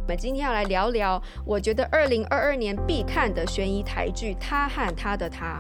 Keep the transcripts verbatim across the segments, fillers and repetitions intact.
我们今天要来聊聊我觉得二零二二年必看的悬疑台剧《他和他的他》。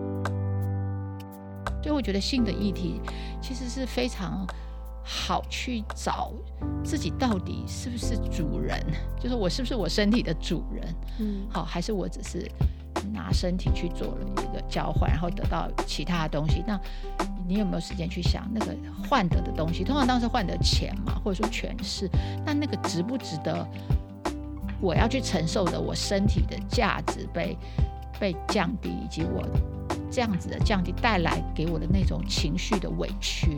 所以我觉得性的议题其实是非常好去找自己到底是不是主人，就是我是不是我身体的主人，嗯，好，还是我只是拿身体去做了一个交换，然后得到其他的东西。那你有没有时间去想那个换得的东西？通常当时换得钱嘛，或者说权势，那那个值不值得我要去承受的我身体的价值被被降低，以及我这样子的降低带来给我的那种情绪的委屈。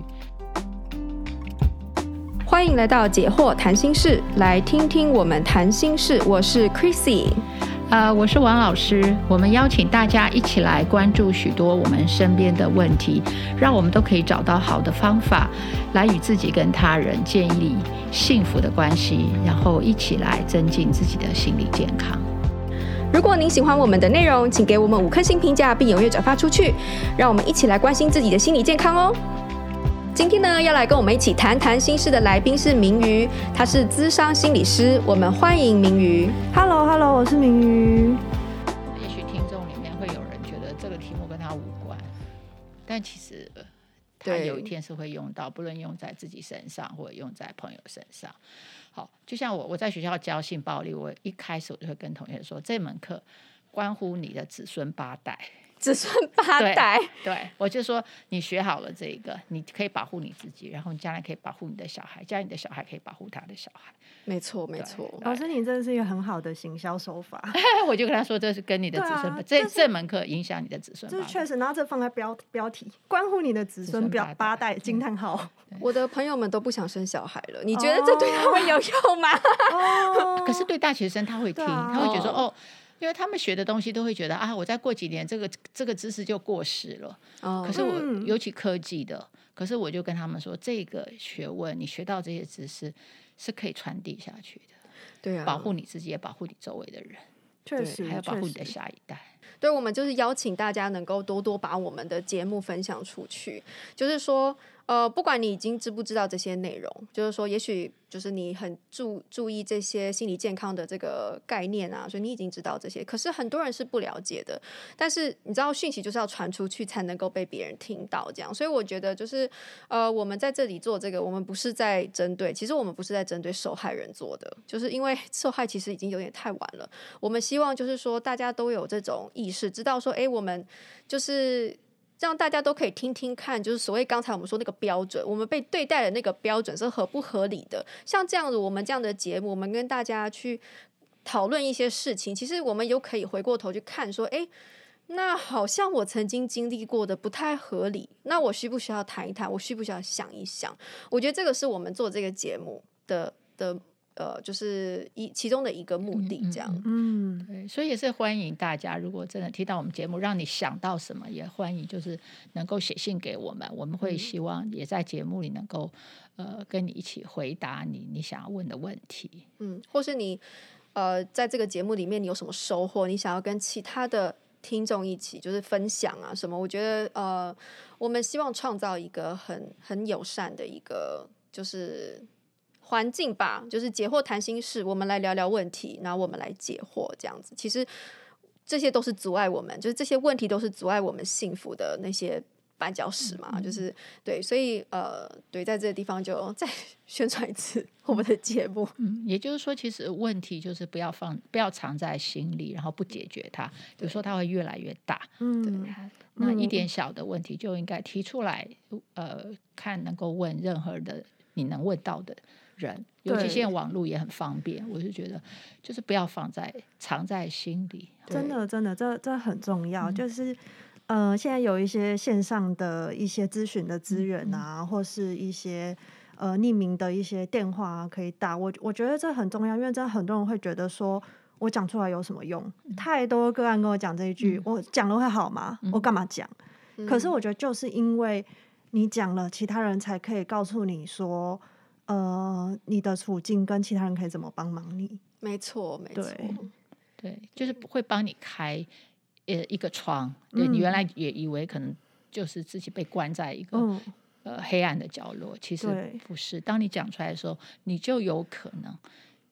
欢迎来到解惑谈心事，来听听我们谈心事。我是 Chrissy， 呃，我是王老师。我们邀请大家一起来关注许多我们身边的问题，让我们都可以找到好的方法，来与自己跟他人建立幸福的关系，然后一起来增进自己的心理健康。 如果您喜欢我们的内容，请给我们五颗星评价，并踊跃转发出去，让我们一起来关心自己的心理健康哦。今天呢，要来跟我们一起谈谈心事的来宾是明瑜，他是諮商心理師，我们欢迎明瑜。 Hello Hello， 我是明瑜。 也许听众里面会有人觉得这个题目跟他无关，但其实他有一天是会用到，不论用在自己身上或者用在朋友身上。好，就像我我在学校教性暴力，我一开始我就会跟同学说，这门课关乎你的子孙八代。 子孙八代， 对, 对，我就说你学好了这个，你可以保护你自己，然后你将来可以保护你的小孩，将来你的小孩可以保护他的小孩。 没错没错， 老师你真的是一个很好的行销手法。 我就跟他说，这是跟你的子孙、啊、这, 这, 这门课影响你的子孙八代， 这确实，然后这放在 标, 标题关乎你的子孙八代惊叹号。 我的朋友们都不想生小孩了，你觉得这对他们有用吗？ 哦、可是对大学生他会听、啊、他会觉得说哦，因为他们学的东西都会觉得啊，我再过几年这个这个知识就过时了。哦、可是我尤其科技的，可是我就跟他们说，这个学问你学到这些知识是可以传递下去的。 对啊， 保护你自己，也保护你周围的人， 确实， 还要保护你的下一代。 对，我们就是邀请大家能够多多把我们的节目分享出去，就是说。呃，不管你已经知不知道这些内容，就是说，也许就是你很注注意这些心理健康的这个概念啊，所以你已经知道这些。可是很多人是不了解的，但是你知道，讯息就是要传出去才能够被别人听到，这样。所以我觉得，就是呃，我们在这里做这个，我们不是在针对，其实我们不是在针对受害人做的，就是因为受害其实已经有点太晚了。我们希望就是说，大家都有这种意识，知道说，哎，我们就是。让大家都可以听听看，就是所谓刚才我们说那个标准，我们被对待的那个标准是合不合理的。像这样子，我们这样的节目，我们跟大家去讨论一些事情，其实我们有可以回过头去看说，哎，那好像我曾经经历过的不太合理，那我需不需要谈一谈？我需不需要想一想？我觉得这个是我们做这个节目的的。呃，就是一其中的一个目的，这样， 嗯，嗯对，所以也是欢迎大家，如果真的听到我们节目，让你想到什么，也欢迎就是能够写信给我们，我们会希望也在节目里能够呃跟你一起回答你你想要问的问题， 嗯，或是你呃在这个节目里面你有什么收获，你想要跟其他的听众一起就是分享啊什么，我觉得呃我们希望创造一个很很友善的一个就是。环境吧，就是解惑谈心事，我们来聊聊问题，然后我们来解惑，这样子。其实这些都是阻碍我们，就是这些问题都是阻碍我们幸福的那些绊脚石嘛，嗯、就是对，所以呃，对，在这个地方就再宣传一次我们的节目。 嗯，也就是说，其实问题就是不要放，不要藏在心里，然后不解决它，有时候它会越来越大。嗯，对。那一点小的问题就应该提出来，呃，看能够问任何的你能问到的。人，尤其现在网络也很方便，我就觉得就是不要放在藏在心里， 真的真的这这很重要。嗯、就是呃，现在有一些线上的一些咨询的资源啊，嗯、或是一些呃匿名的一些电话、啊、可以打。我我觉得这很重要，因为真的很多人会觉得说我讲出来有什么用？嗯、太多个案跟我讲这一句，嗯、我讲了会好吗？嗯、我干嘛讲？嗯、可是我觉得就是因为你讲了，其他人才可以告诉你说。呃，你的处境跟其他人可以怎么帮忙你？ 没错，没错， 对，对，就是会帮你开呃一个窗。对、嗯、你原来也以为可能就是自己被关在一个、嗯、呃黑暗的角落，其实不是。当你讲出来的时候，你就有可能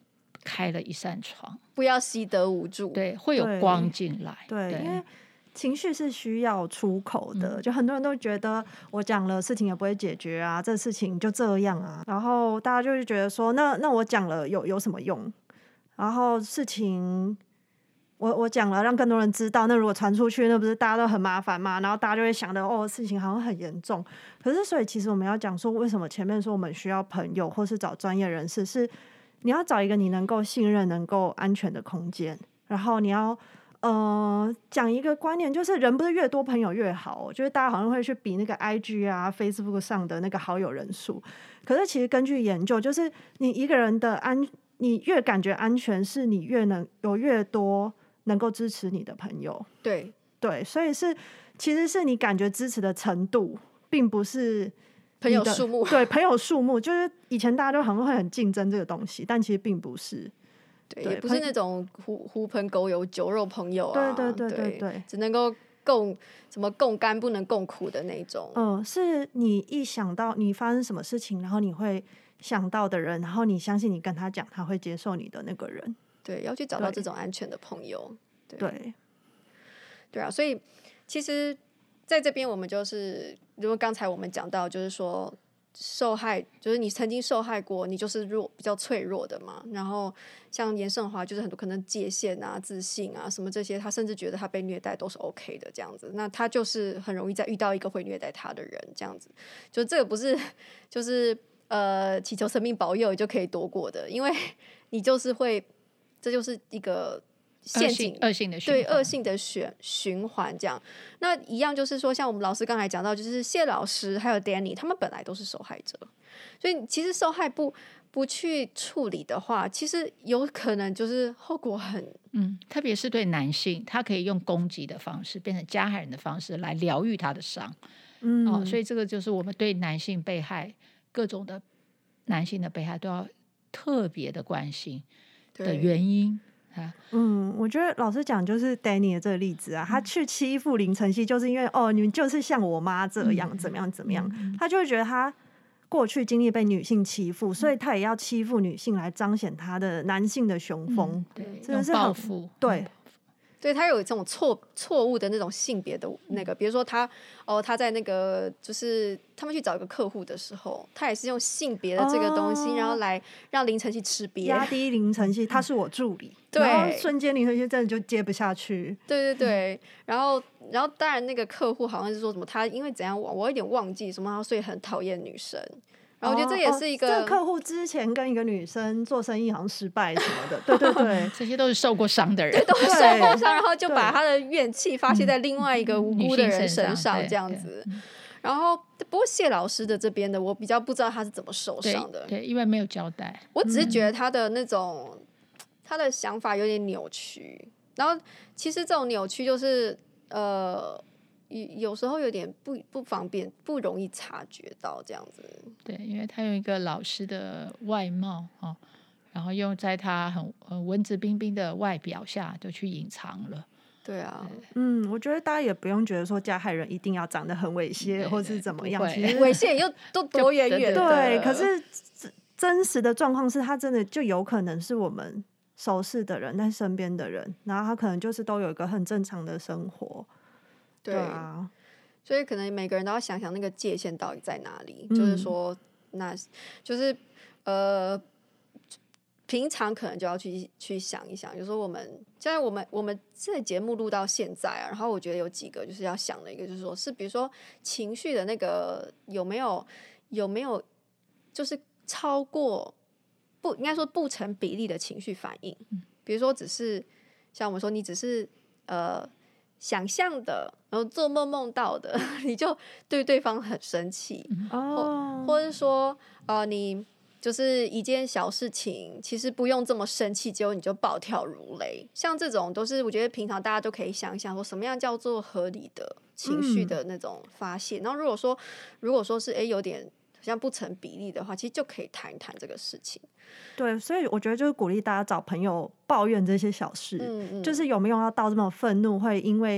开了一扇窗， 不要习得无助， 对，会有光进来， 对， 对， 因为情绪是需要出口的，嗯、就很多人都觉得我讲了事情也不会解决啊，这事情就这样啊，然后大家就会觉得说，那那我讲了有有什么用？然后事情我我讲了让更多人知道，那如果传出去，那不是大家都很麻烦吗？然后大家就会想的哦，事情好像很严重。可是所以其实我们要讲说，为什么前面说我们需要朋友或是找专业人士，是你要找一个你能够信任、能够安全的空间，然后你要。呃，讲一个观念，就是人不是越多朋友越好、哦，就是大家好像会去比那个 I G 啊、Facebook 上的那个好友人数。可是其实根据研究，就是你一个人的安，你越感觉安全，是你越能有越多能够支持你的朋友。 对对，所以是其实是你感觉支持的程度，并不是朋友数目。 对，朋友数目就是以前大家都好像会很竞争这个东西，但其实并不是。 对，也不是那种狐狐朋狗友、酒肉朋友啊，对对对对对对， 只能够共什么共甘不能共苦的那种。 嗯，是你一想到你发生什么事情，然后你会想到的人，然后你相信你跟他讲，他会接受你的那个人。 对，要去找到这种安全的朋友。对对， 对啊，所以其实在这边我们就是，如果刚才我们讲到，就是说。受害就是你曾经受害过，你就是弱比较脆弱的嘛。然后像严胜华，就是很多可能界限啊、自信啊什么这些，他甚至觉得他被虐待都是 OK 的这样子。那他就是很容易再遇到一个会虐待他的人这样子。就这个不是就是呃祈求神明保佑就可以躲过的，因为你就是会，这就是一个。陷阱恶性的循环， 对恶性的循循环这样。那一样就是说，像我们老师刚才讲到，就是谢老师还有 Danny， 他们本来都是受害者，所以其实受害不不去处理的话，其实有可能就是后果很嗯，特别是对男性，他可以用攻击的方式，变成加害人的方式来疗愈他的伤。嗯、哦，所以这个就是我们对男性被害各种的男性的被害都要特别的关心的原因。 嗯，我觉得老师讲就是 Danny 的这个例子啊，他去欺负林晨曦，就是因为哦，你们就是像我妈这样，嗯、怎么样怎么样，嗯、他就会觉得他过去经历被女性欺负，嗯、所以他也要欺负女性来彰显他的男性的雄风，嗯、 对， 真的是报复， 对。 对，他有这种错错误的那种性别的那个，比如说他哦，他在那个就是他们去找一个客户的时候，他也是用性别的这个东西，哦、然后来让林晨曦吃瘪， 压低林晨曦，他是我助理， 对， 然后瞬间林晨曦真的就接不下去， 对对对，然后然后当然那个客户好像是说什么他因为怎样我我有点忘记什么，所以很讨厌女生。然后我觉得这也是一个、 哦哦、这个客户之前跟一个女生做生意好像失败什么的，对对对， 这些都是受过伤的人， 对，都是受过伤，然后就把他的怨气发泄在另外一个无辜的人身上，这样子。然后不过谢老师的这边的，我比较不知道他是怎么受伤的， 对，对，因为没有交代。 我只是觉得他的那种、嗯、他的想法有点扭曲，然后其实这种扭曲就是呃。有时候有点不不方便，不容易察觉到这样子。 对，因为他用一个老师的外貌、哦、然后用在他很很文质彬彬的外表下就去隐藏了。 对啊， 对嗯，我觉得大家也不用觉得说加害人一定要长得很猥亵或是怎么样，其实猥亵又都躲远远的。 对，可是真实的状况是他真的就有可能是我们熟识的人，但身边的人，然后他可能就是都有一个很正常的生活。 对啊，所以可能每个人都要想想那个界限到底在哪里。 嗯、 就是说，那就是呃，平常可能就要去去想一想。就是说，我们现在我们我们这个节目录到现在啊，然后我觉得有几个就是要想的一个，就是说是比如说情绪的那个有没有有没有就是超过不应该说不成比例的情绪反应。 嗯、 比如说，只是像我们说，你只是呃。想象的，然后做梦梦到的，你就对对方很生气， 哦， 或或者说，呃，你就是一件小事情，其实不用这么生气，结果你就暴跳如雷。像这种都是我觉得平常大家都可以想一想，说什么样叫做合理的情绪的那种发泄。嗯、然后如果说，如果说是哎有点像不成比例的话，其实就可以谈一谈这个事情。 对，所以我觉得就是鼓励大家找朋友抱怨这些小事， 嗯嗯、 就是有没有要到这么愤怒，会因为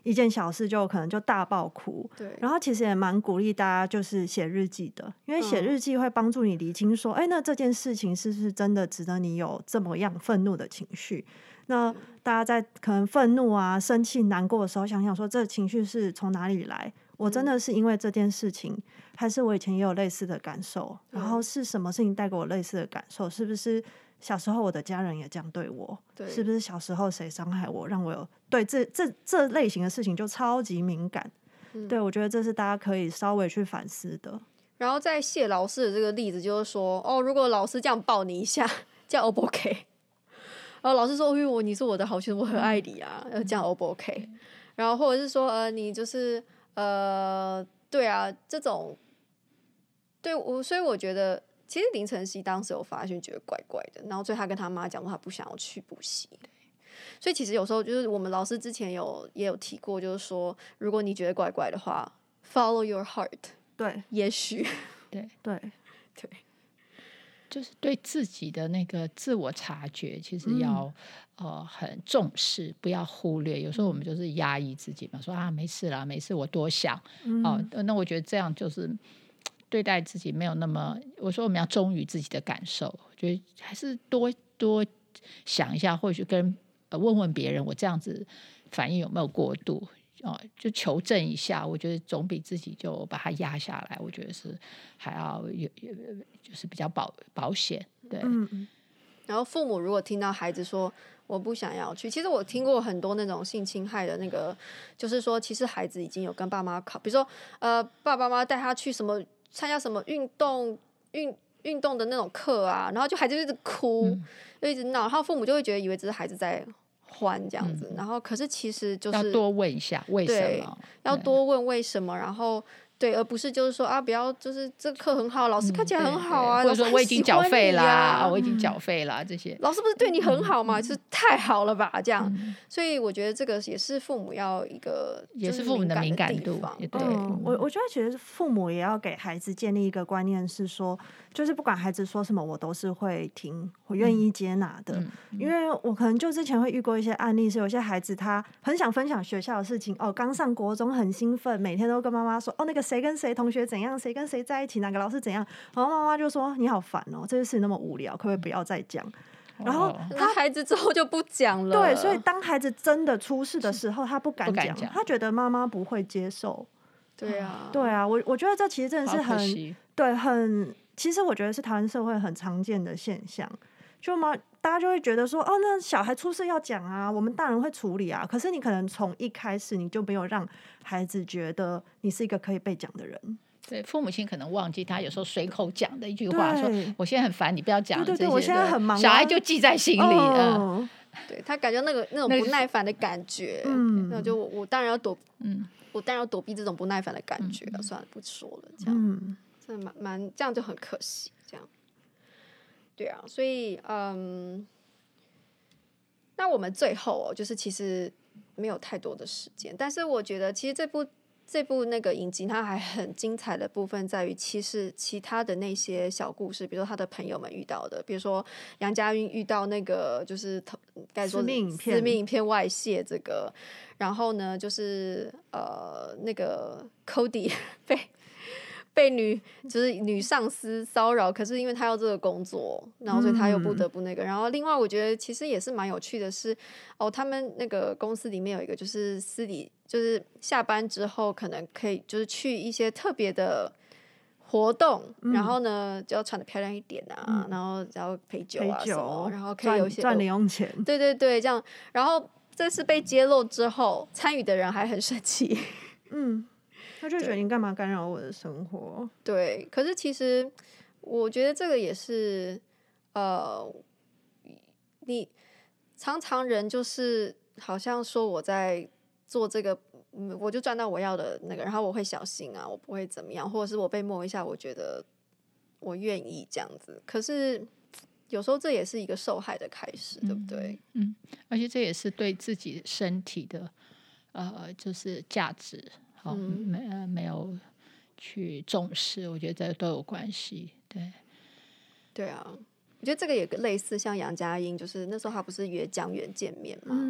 一件小事就可能就大爆哭。 对， 然后其实也蛮鼓励大家就是写日记的，因为写日记会帮助你厘清说，哎、嗯，那这件事情是不是真的值得你有这么样愤怒的情绪？那大家在可能愤怒啊、生气、难过的时候，想想说这情绪是从哪里来？我真的是因为这件事情，还是我以前也有类似的感受？然后是什么事情带给我类似的感受？是不是小时候我的家人也这样对我？对，是不是小时候谁伤害我，让我有对这这这类型的事情就超级敏感？嗯、对，我觉得这是大家可以稍微去反思的。 然后在谢老师的这个例子，就是说，哦，如果老师这样抱你一下，这样 O 不 OK？ 然后老师说，因为我你是我的好学生，我很爱你啊，嗯、这样 O 不 OK？ 然后或者是说，呃，你就是呃，对啊，这种，对我，所以我觉得，其实林晨曦当时有发现觉得怪怪的，然后所以他跟他妈讲说他不想要去补习。所以其实有时候就是我们老师之前有也有提过，就是说，如果你觉得怪怪的话 ，follow your heart。 对， 也许， 对对对。 就是对自己的那个自我察觉，其实要、嗯、呃很重视，不要忽略。有时候我们就是压抑自己嘛，说啊没事啦，没事，我多想。嗯、哦，那我觉得这样就是对待自己没有那么。我说我们要忠于自己的感受，我觉得还是多多想一下，或许跟、呃、问问别人，我这样子反应有没有过度。哦，就求证一下，我觉得总比自己就把它压下来，我觉得是还要有，就是比较保保险。对， 嗯。 然后父母如果听到孩子说我不想要去，其实我听过很多那种性侵害的那个，就是说其实孩子已经有跟爸妈考，比如说呃爸爸妈妈带他去什么参加什么运动运运动的那种课啊，然后就孩子就一直哭，嗯、就一直闹，然后父母就会觉得以为这是孩子在欢这样子、嗯、然后可是其实就是要多问一下为什么， 要多问为什么，然后对，而不是就是说啊，不要就是这个课很好，老师看起来很好啊， 嗯、或者说我已经缴费啦、 啊哦，我已经缴费啦、嗯、这些老师不是对你很好吗？嗯、就是太好了吧，这样、嗯。所以我觉得这个也是父母要一个， 也是父母的敏感度。 对，嗯、我我觉得其实父母也要给孩子建立一个观念，是说，就是不管孩子说什么，我都是会听，我愿意接纳的。嗯嗯、因为我可能就之前会遇过一些案例，是有些孩子他很想分享学校的事情，哦，刚上国中很兴奋，每天都跟妈妈说，哦，那个谁跟谁同学怎样，谁跟谁在一起，哪个老师怎样，然后妈妈就说你好烦哦，这件事那么无聊，可不可以不要再讲？然后他孩子之后就不讲了。 对，所以当孩子真的出事的时候，他不敢讲，他觉得妈妈不会接受。 对啊， 对啊，我我觉得这其实真的是很对，很其实我觉得是台湾社会很常见的现象，就嘛大家就会觉得说，哦，那小孩出事要讲啊，我们大人会处理啊。可是你可能从一开始你就没有让孩子觉得你是一个可以被讲的人。 对，父母亲可能忘记他有时候随口讲的一句话，说我现在很烦，你不要讲这些。 对对对，我现在很忙、啊， 小孩就记在心里了。 哦、 对他感觉那个那种不耐烦的感觉，嗯，那就我我当然要躲，嗯，我当然要躲避这种不耐烦的感觉、嗯、算了，不说了，这样，嗯，真的蛮蛮这样就很可惜，这样。对啊，所以嗯，那我们最后哦，就是其实没有太多的时间，但是我觉得其实这部。这部那个影集它还很精彩的部分在于，其实其他的那些小故事，比如说他的朋友们遇到的，比如说杨家韵遇到那个就是该说私密影片私密影片外泄这个，然后呢就是呃那个 Cody 被被女就是女上司骚扰，可是因为他要这个工作，然后所以他又不得不那个。嗯、然后另外我觉得其实也是蛮有趣的是，哦，他们那个公司里面有一个就是私底。就是下班之后可能可以就是去一些特别的活动、嗯、然后呢就要穿得漂亮一点啊、嗯、然后然后陪酒啊什么，然后可以有一些赚零用钱， 对对对，这样。然后这次被揭露之后，参与的人还很生气， 嗯，他就觉得你干嘛干扰我的生活？ 对，可是其实我觉得这个也是呃，你常常人就是好像说我在做这个，嗯，我就赚到我要的那个，然后我会小心啊，我不会怎么样，或者是我被摸一下，我觉得我愿意这样子。可是有时候这也是一个受害的开始，嗯、对不对？ 嗯，而且这也是对自己身体的呃，就是价值，好、哦嗯、没呃没有去重视，我觉得这都有关系。对， 对啊。我觉得这个也类似像杨佳音，就是那时候他不是约江源见面嘛， 嗯，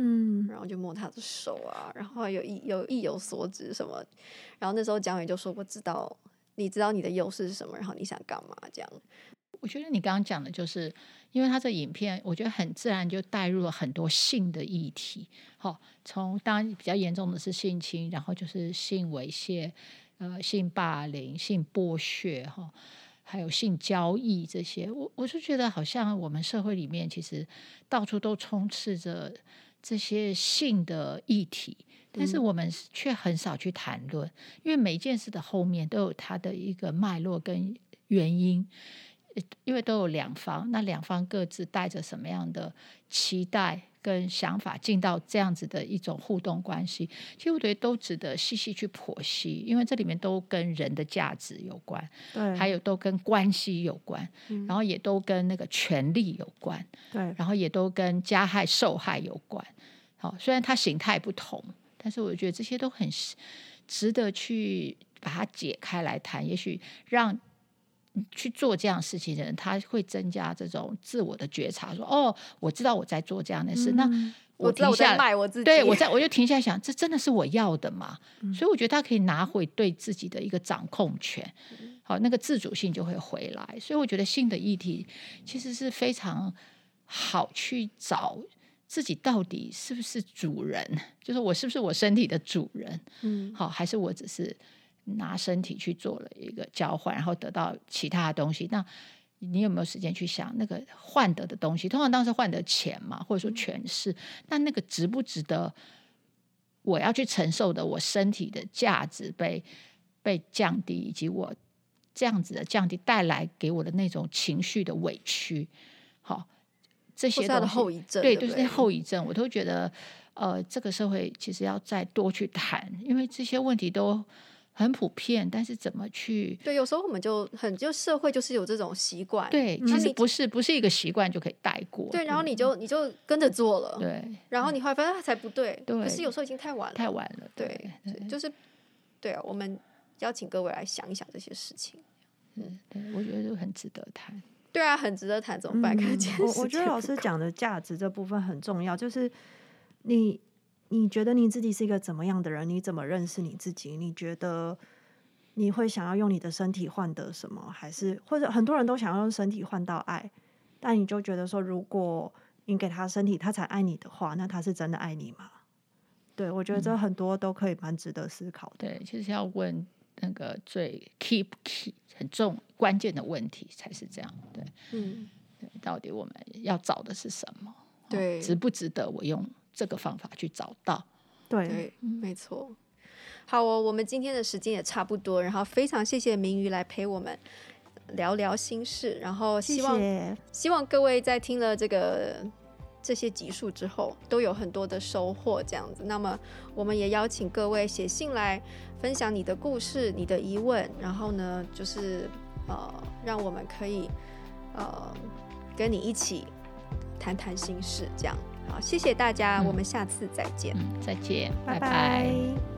然后就摸他的手啊，然后有意有意有所指什么，然后那时候蒋伟就说我知道，你知道你的优势是什么，然后你想干嘛这样。 我觉得你刚刚讲的就是因为他这影片我觉得很自然就带入了很多性的议题、哦、从当然比较严重的是性侵，然后就是性猥亵、呃、性霸凌、性剥削、哦、还有性交易这些，我我是觉得好像我们社会里面其实到处都充斥着这些性的议题，但是我们却很少去谈论、嗯、因为每一件事的后面都有它的一个脉络跟原因，因为都有两方，那两方各自带着什么样的期待跟想法进到这样子的一种互动关系，其实我觉得都值得细细去剖析，因为这里面都跟人的价值有关， 对， 还有都跟关系有关、嗯、然后也都跟那个权力有关， 对， 然后也都跟加害受害有关。好，虽然它形态不同，但是我觉得这些都很值得去把它解开来谈，也许让去做这样的事情的人他会增加这种自我的觉察，说哦我知道我在做这样的事、嗯、那我知道我在卖我自己， 对，我在我就停下来想这真的是我要的吗、嗯、所以我觉得他可以拿回对自己的一个掌控权，好，那个自主性就会回来。所以我觉得性的议题其实是非常好去找自己到底是不是主人，就是我是不是我身体的主人、嗯、好，还是我只是拿身体去做了一个交换，然后得到其他的东西。那你有没有时间去想那个换得的东西，通常当时换得钱嘛，或者说权势、嗯、那那个值不值得我要去承受的我身体的价值被被降低，以及我这样子的降低带来给我的那种情绪的委屈，好，这些东西或是它的后遗症， 对， 对对，这些后遗症我都觉得呃，这个社会其实要再多去谈，因为这些问题都很普遍，但是怎么去对，有时候我们就很就社会就是有这种习惯， 对，其实不是不是一个习惯就可以带过， 对，然后你就你就跟着做了， 对， 然后你后来发现它才不对， 对， 可是有时候已经太晚了， 太晚了， 对，对对，就是对啊，我们邀请各位来想一想这些事情， 嗯，对，我觉得很值得谈， 对啊，很值得谈，怎么办？嗯、 我我觉得老师讲的价值这部分很重要，就是你。你觉得你自己是一个怎么样的人？你怎么认识你自己？你觉得你会想要用你的身体换得什么？还是或者很多人都想要用身体换到爱，但你就觉得说，如果你给他身体，他才爱你的话，那他是真的爱你吗？对，我觉得这很多都可以蛮值得思考的。 对，其实要问那个最 key key 很重关键的问题才是这样。对，嗯，对，到底我们要找的是什么？ 对， 哦、值不值得我用这个方法去找到？ 对， 对，没错。好哦，我们今天的时间也差不多，然后非常谢谢明瑜来陪我们聊聊心事，然后希望谢谢希望各位在听了这个这些集数之后都有很多的收获这样子。那么我们也邀请各位写信来分享你的故事、你的疑问，然后呢就是呃让我们可以呃跟你一起谈谈心事这样。好，谢谢大家、嗯、我们下次再见、 嗯、再见， 拜拜， 拜拜。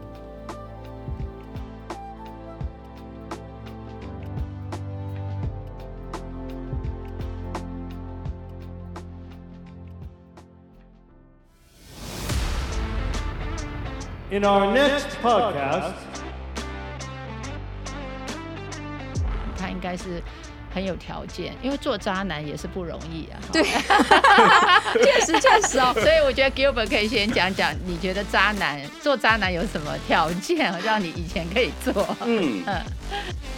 In our next podcast， 他应该是很有条件，因为做渣男也是不容易啊。 对，确实确实哦。 所以我觉得 Gilbert 可以先讲讲，你觉得渣男做渣男有什么条件，让你以前可以做？嗯嗯。